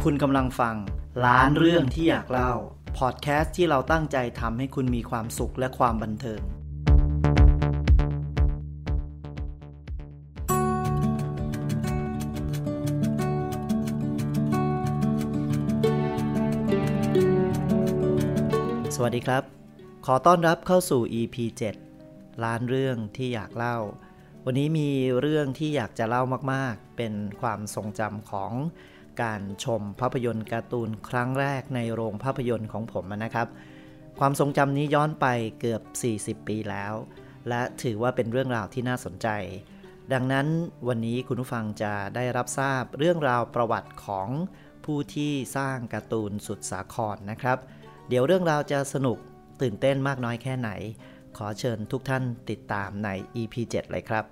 คุณกำลังฟังล้านเรื่องที่อยากเล่าพอดแคสต์ที่เราตั้งใจทำให้คุณมีความสุขและความบันเทิงสวัสดีครับขอต้อนรับเข้าสู่ EP 7 ล้านเรื่องที่อยากเล่าวันนี้มีเรื่องที่อยากจะเล่ามากๆเป็นความทรงจำของการชมภาพยนตร์การ์ตูนครั้งแรกในโรงภาพยนตร์ของผมนะครับความทรงจำนี้ย้อนไปเกือบ40 ปีแล้วและถือว่าเป็นเรื่องราวที่น่าสนใจดังนั้นวันนี้คุณผู้ฟังจะได้รับทราบเรื่องราวประวัติของผู้ที่สร้างการ์ตูนสุดสาครนะครับเดี๋ยวเรื่องราวจะสนุกตื่นเต้นมากน้อยแค่ไหนขอเชิญทุกท่านติดตามใน EP 7 เลยครับ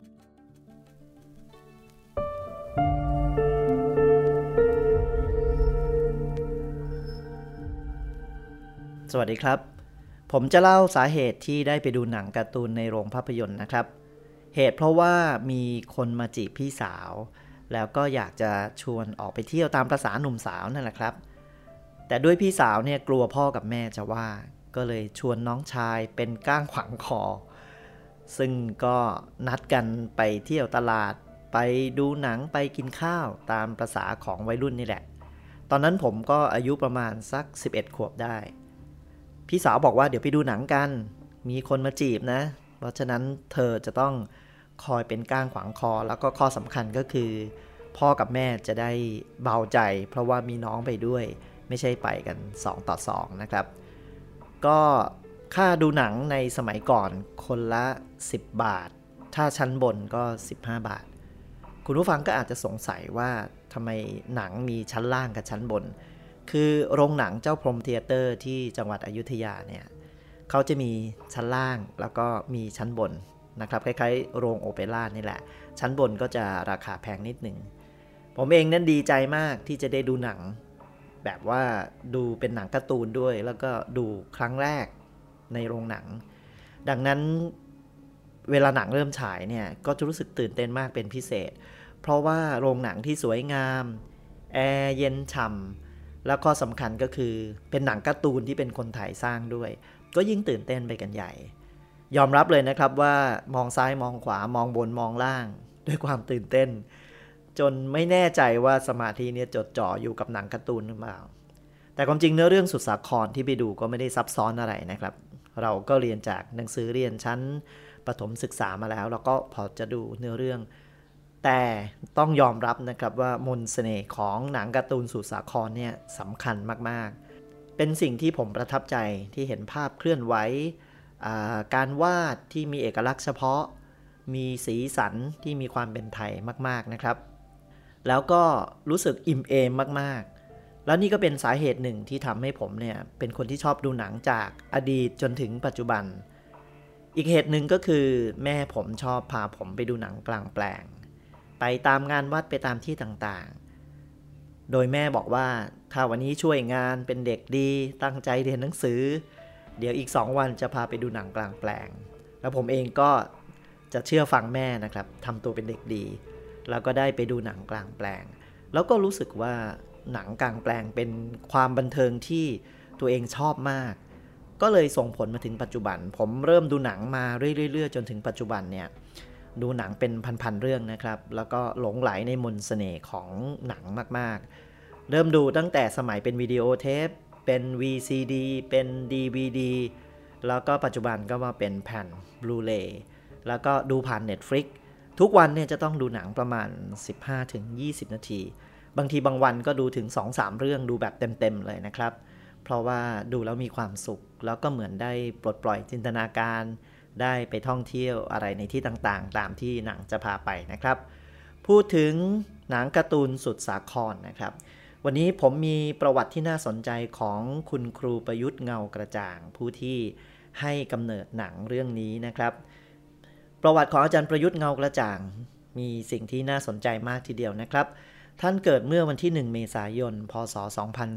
สวัสดีครับผมจะเล่าสาเหตุที่ได้ไปดูหนังการ์ตูนในโรงภาพยนตร์นะครับเหตุเพราะว่ามีคนมาจีบพี่สาวแล้วก็อยากจะชวนออกไปเที่ยวตามประสาหนุ่มสาวนั่นแหละครับแต่ด้วยพี่สาวเนี่ยกลัวพ่อกับแม่จะว่าก็เลยชวนน้องชายเป็นก้างขวางคอซึ่งก็นัดกันไปเที่ยวตลาดไปดูหนังไปกินข้าวตามประสาของวัยรุ่นนี่แหละตอนนั้นผมก็อายุประมาณสัก11 ขวบได้พี่สาวบอกว่าเดี๋ยวไปดูหนังกันมีคนมาจีบนะเพราะฉะนั้นเธอจะต้องคอยเป็นก้างขวางคอแล้วก็ข้อสำคัญก็คือพ่อกับแม่จะได้เบาใจเพราะว่ามีน้องไปด้วยไม่ใช่ไปกัน2 ต่อ 2นะครับก็ค่าดูหนังในสมัยก่อนคนละ10 บาทถ้าชั้นบนก็15 บาทคุณผู้ฟังก็อาจจะสงสัยว่าทำไมหนังมีชั้นล่างกับชั้นบนคือโรงหนังเจ้าพรหมเธียเตอร์ที่จังหวัดอยุธยาเนี่ยเขาจะมีชั้นล่างแล้วก็มีชั้นบนนะครับคล้ายๆโรงโอเปร่านี่แหละชั้นบนก็จะราคาแพงนิดหนึ่งผมเองนั้นดีใจมากที่จะได้ดูหนังแบบว่าดูเป็นหนังการ์ตูนด้วยแล้วก็ดูครั้งแรกในโรงหนังดังนั้นเวลาหนังเริ่มฉายเนี่ยก็จะรู้สึกตื่นเต้นมากเป็นพิเศษเพราะว่าโรงหนังที่สวยงามแอร์เย็นฉ่ำแล้วก็สำคัญก็คือเป็นหนังการ์ตูนที่เป็นคนถ่ายสร้างด้วยก็ยิ่งตื่นเต้นไปกันใหญ่ยอมรับเลยนะครับว่ามองซ้ายมองขวามองบนมองล่างด้วยความตื่นเต้นจนไม่แน่ใจว่าสมาธิเนี่ยจดจ่ออยู่กับหนังการ์ตูนหรือเปล่าแต่ความจริงเนื้อเรื่องสุดสาครที่ไปดูก็ไม่ได้ซับซ้อนอะไรนะครับเราก็เรียนจากหนังสือเรียนชั้นประถมศึกษามาแล้วก็พอจะดูเนื้อเรื่องแต่ต้องยอมรับนะครับว่ามนต์เสน่ห์ของหนังการ์ตูนสุดสาครเนี่ยสำคัญมากๆเป็นสิ่งที่ผมประทับใจที่เห็นภาพเคลื่อนไหวการวาดที่มีเอกลักษณ์เฉพาะมีสีสันที่มีความเป็นไทยมากๆนะครับแล้วก็รู้สึกอิ่มเอมมากๆแล้วนี่ก็เป็นสาเหตุหนึ่งที่ทำให้ผมเนี่ยเป็นคนที่ชอบดูหนังจากอดีตจนถึงปัจจุบันอีกเหตุหนึ่งก็คือแม่ผมชอบพาผมไปดูหนังกลางแปลงไปตามงานวัดไปตามที่ต่างๆโดยแม่บอกว่าถ้าวันนี้ช่วยงานเป็นเด็กดีตั้งใจเรียนหนังสือเดี๋ยวอีก2 วันจะพาไปดูหนังกลางแปลงแล้วผมเองก็จะเชื่อฟังแม่นะครับทำตัวเป็นเด็กดีแล้วก็ได้ไปดูหนังกลางแปลงแล้วก็รู้สึกว่าหนังกลางแปลงเป็นความบันเทิงที่ตัวเองชอบมากก็เลยส่งผลมาถึงปัจจุบันผมเริ่มดูหนังมาเรื่อยๆจนถึงปัจจุบันเนี่ยดูหนังเป็นพันๆเรื่องนะครับแล้วก็หลงไหลในมนต์เสน่ห์ของหนังมากๆเริ่มดูตั้งแต่สมัยเป็นวิดีโอเทปเป็น VCD เป็น DVD แล้วก็ปัจจุบันก็มาเป็นแผ่น Blu-ray แล้วก็ดูผ่าน Netflix ทุกวันเนี่ยจะต้องดูหนังประมาณ 15-20 นาทีบางทีบางวันก็ดูถึง 2-3 เรื่องดูแบบเต็มๆเลยนะครับเพราะว่าดูแล้วมีความสุขแล้วก็เหมือนได้ปลดปล่อยจินตนาการได้ไปท่องเที่ยวอะไรในที่ต่างๆตามที่หนังจะพาไปนะครับพูดถึงหนังการ์ตูนสุดสาครนะครับวันนี้ผมมีประวัติที่น่าสนใจของคุณครูประยุทธ์เงากระจ่างผู้ที่ให้กำเนิดหนังเรื่องนี้นะครับประวัติของอาจารย์ประยุทธ์เงากระจ่างมีสิ่งที่น่าสนใจมากทีเดียวนะครับท่านเกิดเมื่อวันที่1 เมษายน พ.ศ.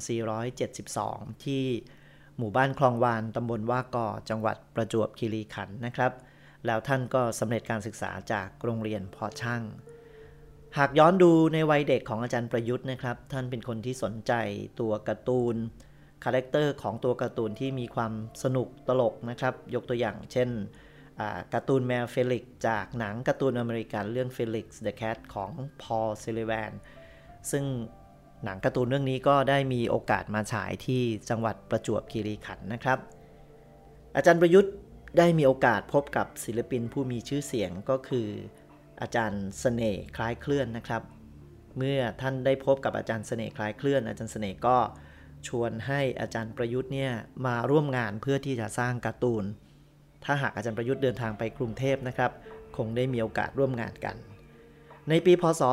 2472 ที่หมู่บ้านคลองวานตำบลว่ากอจังหวัดประจวบคีรีขันธ์นะครับแล้วท่านก็สำเร็จการศึกษาจากโรงเรียนเพาะช่างหากย้อนดูในวัยเด็กของอาจารย์ประยุทธ์นะครับท่านเป็นคนที่สนใจตัวการ์ตูนคาแรคเตอร์ของตัวการ์ตูนที่มีความสนุกตลกนะครับยกตัวอย่างเช่นการ์ตูนแมวเฟลิกซ์จากหนังการ์ตูนอเมริกันเรื่อง Felix the Cat ของพอล ซิลลิแวนซึ่งหนังการ์ตูนเรื่องนี้ก็ได้มีโอกาสมาฉายที่จังหวัดประจวบคีรีขันธ์นะครับอาจารย์ประยุทธ์ได้มีโอกาสพบกับศิลปินผู้มีชื่อเสียงก็คืออาจารย์เสน่ห์คล้ายเคลื่อนนะครับเมื่อท่านได้พบกับอาจารย์เสน่ห์คล้ายเคลื่อนอาจารย์เสน่ห์ก็ชวนให้อาจารย์ประยุทธ์เนี่ยมาร่วมงานเพื่อที่จะสร้างการ์ตูนถ้าหากอาจารย์ประยุทธ์เดินทางไปกรุงเทพนะครับคงได้มีโอกาสร่วมงานกันในปีพ.ศ.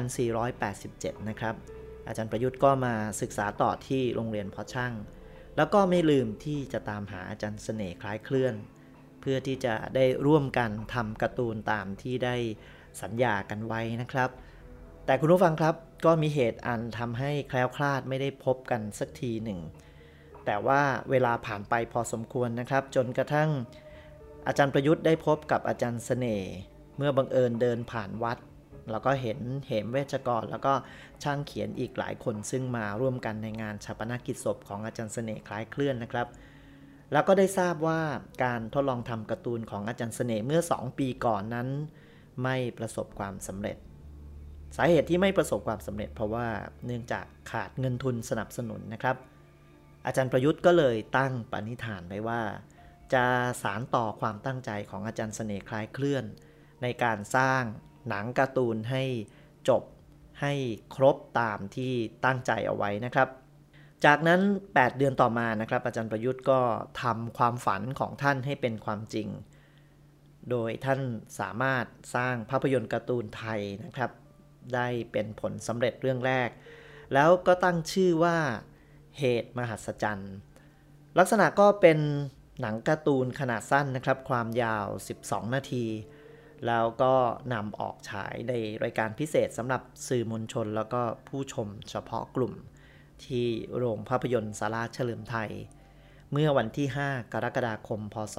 2487นะครับอาจารย์ประยุทธ์ก็มาศึกษาต่อที่โรงเรียนเพาะช่างแล้วก็ไม่ลืมที่จะตามหาอาจารย์เสน่ห์คล้ายเคลื่อนเพื่อที่จะได้ร่วมกันทำการ์ตูนตามที่ได้สัญญากันไว้นะครับแต่คุณผู้ฟังครับก็มีเหตุอันทำให้แคล้วคลาดไม่ได้พบกันสักทีหนึ่งแต่ว่าเวลาผ่านไปพอสมควรนะครับจนกระทั่งอาจารย์ประยุทธ์ได้พบกับอาจารย์เสน่ห์เมื่อบังเอิญเดินผ่านวัดแล้วก็เห็นเหมเวชกรแล้วก็ช่างเขียนอีกหลายคนซึ่งมาร่วมกันในงานฌาปนกิจศพของอาจารย์เสน่ห์คล้ายเคลื่อนนะครับแล้วก็ได้ทราบว่าการทดลองทำการ์ตูนของอาจารย์เสน่ห์เมื่อ2 ปีก่อนนั้นไม่ประสบความสำเร็จสาเหตุที่ไม่ประสบความสำเร็จเพราะว่าเนื่องจากขาดเงินทุนสนับสนุนนะครับอาจารย์ประยุทธ์ก็เลยตั้งปณิธานไว้ว่าจะสานต่อความตั้งใจของอาจารย์เสน่ห์คล้ายเคลื่อนในการสร้างหนังการ์ตูนให้จบให้ครบตามที่ตั้งใจเอาไว้นะครับจากนั้น8 เดือนต่อมานะครับอาจารย์ประยุทธ์ก็ทำความฝันของท่านให้เป็นความจริงโดยท่านสามารถสร้างภาพยนตร์การ์ตูนไทยนะครับได้เป็นผลสำเร็จเรื่องแรกแล้วก็ตั้งชื่อว่าเหตุมหัศจรรย์ลักษณะก็เป็นหนังการ์ตูนขนาดสั้นนะครับความยาว12 นาทีแล้วก็นำออกฉายในรายการพิเศษสำหรับสื่อมวลชนแล้วก็ผู้ชมเฉพาะกลุ่มที่โรงภาพยนตร์ศาลาเฉลิมไทยเมื่อวันที่5 กรกฎาคม พ.ศ.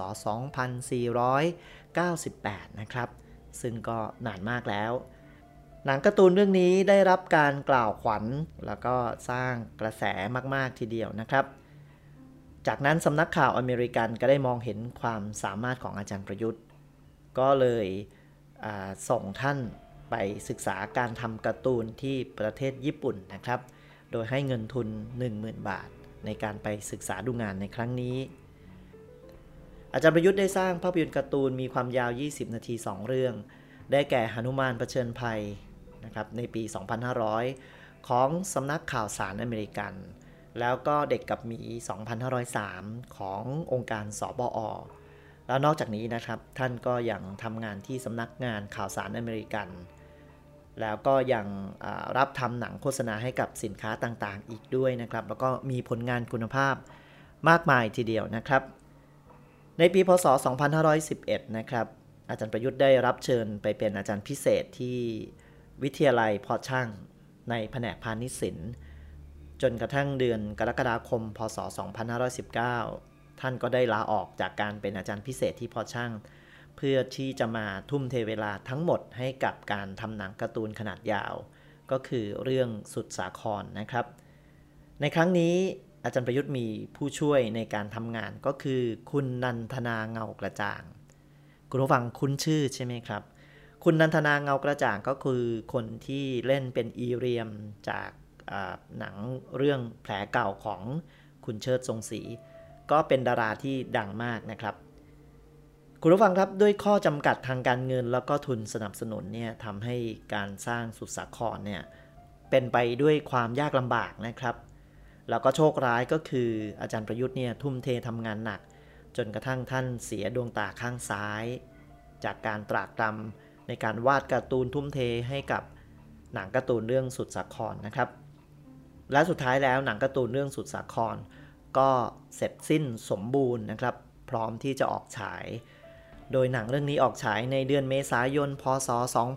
2498นะครับซึ่งก็นานมากแล้วหนังการ์ตูนเรื่องนี้ได้รับการกล่าวขวัญแล้วก็สร้างกระแสมากๆทีเดียวนะครับจากนั้นสำนักข่าวอเมริกันก็ได้มองเห็นความสามารถของอาจารย์ประยุทธ์ก็เลยส่งท่านไปศึกษาการทำการ์ตูนที่ประเทศญี่ปุ่นนะครับโดยให้เงินทุน 10,000 บาทในการไปศึกษาดูงานในครั้งนี้อาจารย์ประยุทธ์ได้สร้างภาพยนตร์การ์ตูนมีความยาว20 นาที 2 เรื่องได้แก่หนุมานเผชิญภัยนะครับในปี 2500 ของสำนักข่าวสารอเมริกันแล้วก็เด็กกับหมี 2503 ขององค์การสบอ.แล้วนอกจากนี้นะครับท่านก็ยังทำงานที่สำนักงานข่าวสารอเมริกันแล้วก็ยังรับทำหนังโฆษณาให้กับสินค้าต่างๆอีกด้วยนะครับแล้วก็มีผลงานคุณภาพมากมายทีเดียวนะครับในปีพ.ศ. 2511นะครับอาจารย์ประยุทธ์ได้รับเชิญไปเป็นอาจารย์พิเศษที่วิทยาลัยเพาะช่างในแผนกพาณิชย์ศิลป์จนกระทั่งเดือนกรกฎาคม พ.ศ. 2519ท่านก็ได้ลาออกจากการเป็นอาจารย์พิเศษที่เพาะช่างเพื่อที่จะมาทุ่มเทเวลาทั้งหมดให้กับการทำหนังการ์ตูนขนาดยาวก็คือเรื่องสุดสาครนะครับในครั้งนี้อาจารย์ประยุทธ์มีผู้ช่วยในการทำงานก็คือคุณนันทนาเงากระจ่างคุณผู้ฟังคุ้นชื่อใช่ไหมครับคุณนันทนาเงากระจ่างก็คือคนที่เล่นเป็นอีเรียมจากหนังเรื่องแผลเก่าของคุณเชิดทรงศรีก็เป็นดาราที่ดังมากนะครับคุณผู้ฟังครับด้วยข้อจำกัดทางการเงินแล้วก็ทุนสนับสนุนเนี่ยทำให้การสร้างสุดสาครเนี่ยเป็นไปด้วยความยากลำบากนะครับแล้วก็โชคร้ายก็คืออาจารย์ประยุทธ์เนี่ยทุ่มเททำงานหนักจนกระทั่งท่านเสียดวงตาข้างซ้ายจากการตรากตรำในการวาดการ์ตูนทุ่มเทให้กับหนังการ์ตูนเรื่องสุดสาครนะครับและสุดท้ายแล้วหนังการ์ตูนเรื่องสุดสาครก็เสร็จสิ้นสมบูรณ์นะครับพร้อมที่จะออกฉายโดยหนังเรื่องนี้ออกฉายในเดือนเมษายน พ.ศ.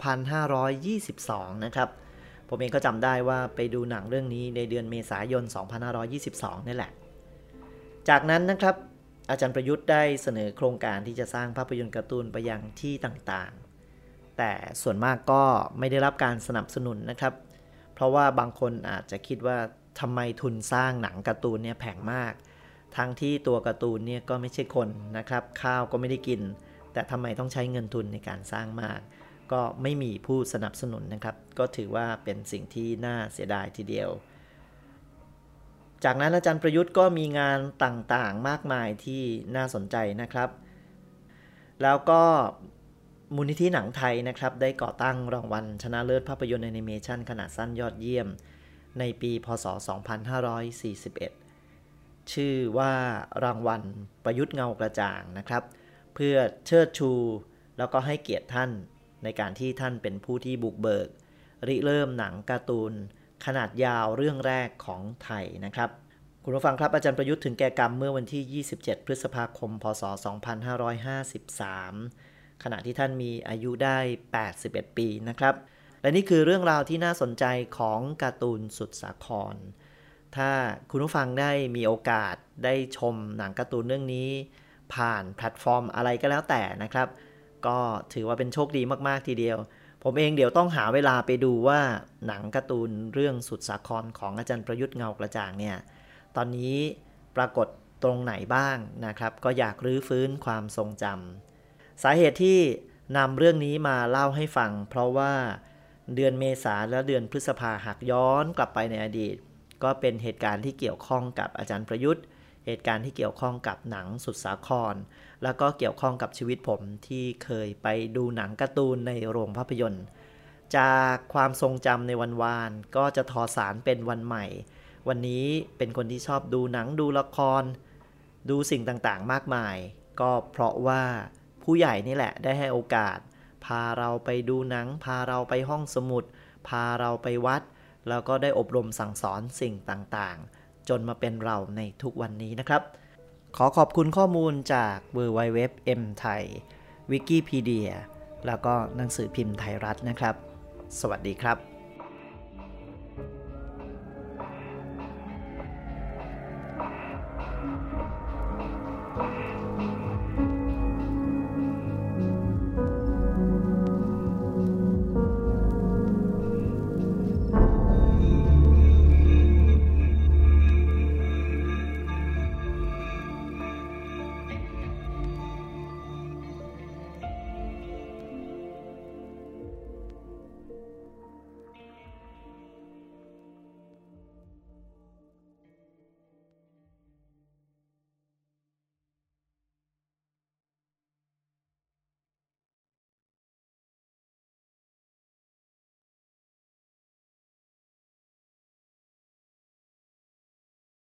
2522นะครับผมเองก็จำได้ว่าไปดูหนังเรื่องนี้ในเดือนเมษายน 2522นี่แหละจากนั้นนะครับอาจารย์ประยุทธ์ได้เสนอโครงการที่จะสร้างภาพยนตร์การ์ตูนไปยังที่ต่างๆแต่ส่วนมากก็ไม่ได้รับการสนับสนุนนะครับเพราะว่าบางคนอาจจะคิดว่าทำไมทุนสร้างหนังการ์ตูนเนี่ยแพงมากทั้งที่ตัวการ์ตูนเนี่ยก็ไม่ใช่คนนะครับข้าวก็ไม่ได้กินแต่ทำไมต้องใช้เงินทุนในการสร้างมากก็ไม่มีผู้สนับสนุนนะครับก็ถือว่าเป็นสิ่งที่น่าเสียดายทีเดียวจากนั้นอาจารย์ประยุทธ์ก็มีงานต่างๆมากมายที่น่าสนใจนะครับแล้วก็มูลนิธิหนังไทยนะครับได้ก่อตั้งรางวัลชนะเลิศภาพยนตร์แอนิเมชันขนาดสั้นยอดเยี่ยมในปีพ.ศ. 2541ชื่อว่ารางวัลประยุทธ์เงากระจ่างนะครับเพื่อเชิดชูแล้วก็ให้เกียรติท่านในการที่ท่านเป็นผู้ที่บุกเบิกริเริ่มหนังการ์ตูนขนาดยาวเรื่องแรกของไทยนะครับคุณผู้ฟังครับอาจารย์ประยุทธ์ถึงแก่กรรมเมื่อวันที่27พฤษภาคมพ.ศ. 2553ขณะที่ท่านมีอายุได้81ปีนะครับและนี่คือเรื่องราวที่น่าสนใจของการ์ตูนสุดสาครถ้าคุณผู้ฟังได้มีโอกาสได้ชมหนังการ์ตูนเรื่องนี้ผ่านแพลตฟอร์มอะไรก็แล้วแต่นะครับก็ถือว่าเป็นโชคดีมากๆทีเดียวผมเองเดี๋ยวต้องหาเวลาไปดูว่าหนังการ์ตูนเรื่องสุดสาครของอาจารย์ประยุทธ์เงากระจ่างเนี่ยตอนนี้ปรากฏตรงไหนบ้างนะครับก็อยากรื้อฟื้นความทรงจำสาเหตุที่นำเรื่องนี้มาเล่าให้ฟังเพราะว่าเดือนเมษาและเดือนพฤษภาหากย้อนกลับไปในอดีตก็เป็นเหตุการณ์ที่เกี่ยวข้องกับอาจารย์ประยุทธ์เหตุการณ์ที่เกี่ยวข้องกับหนังสุดสาครแล้วก็เกี่ยวข้องกับชีวิตผมที่เคยไปดูหนังการ์ตูนในโรงภาพยนตร์จากความทรงจำในวันวานก็จะทอสารเป็นวันใหม่วันนี้เป็นคนที่ชอบดูหนังดูละครดูสิ่งต่างๆมากมายก็เพราะว่าผู้ใหญ่นี่แหละได้ให้โอกาสพาเราไปดูหนังพาเราไปห้องสมุดพาเราไปวัดแล้วก็ได้อบรมสั่งสอนสิ่งต่างๆจนมาเป็นเราในทุกวันนี้นะครับขอขอบคุณข้อมูลจาก www.m thai Wikipedia แล้วก็หนังสือพิมพ์ไทยรัฐนะครับสวัสดีครับ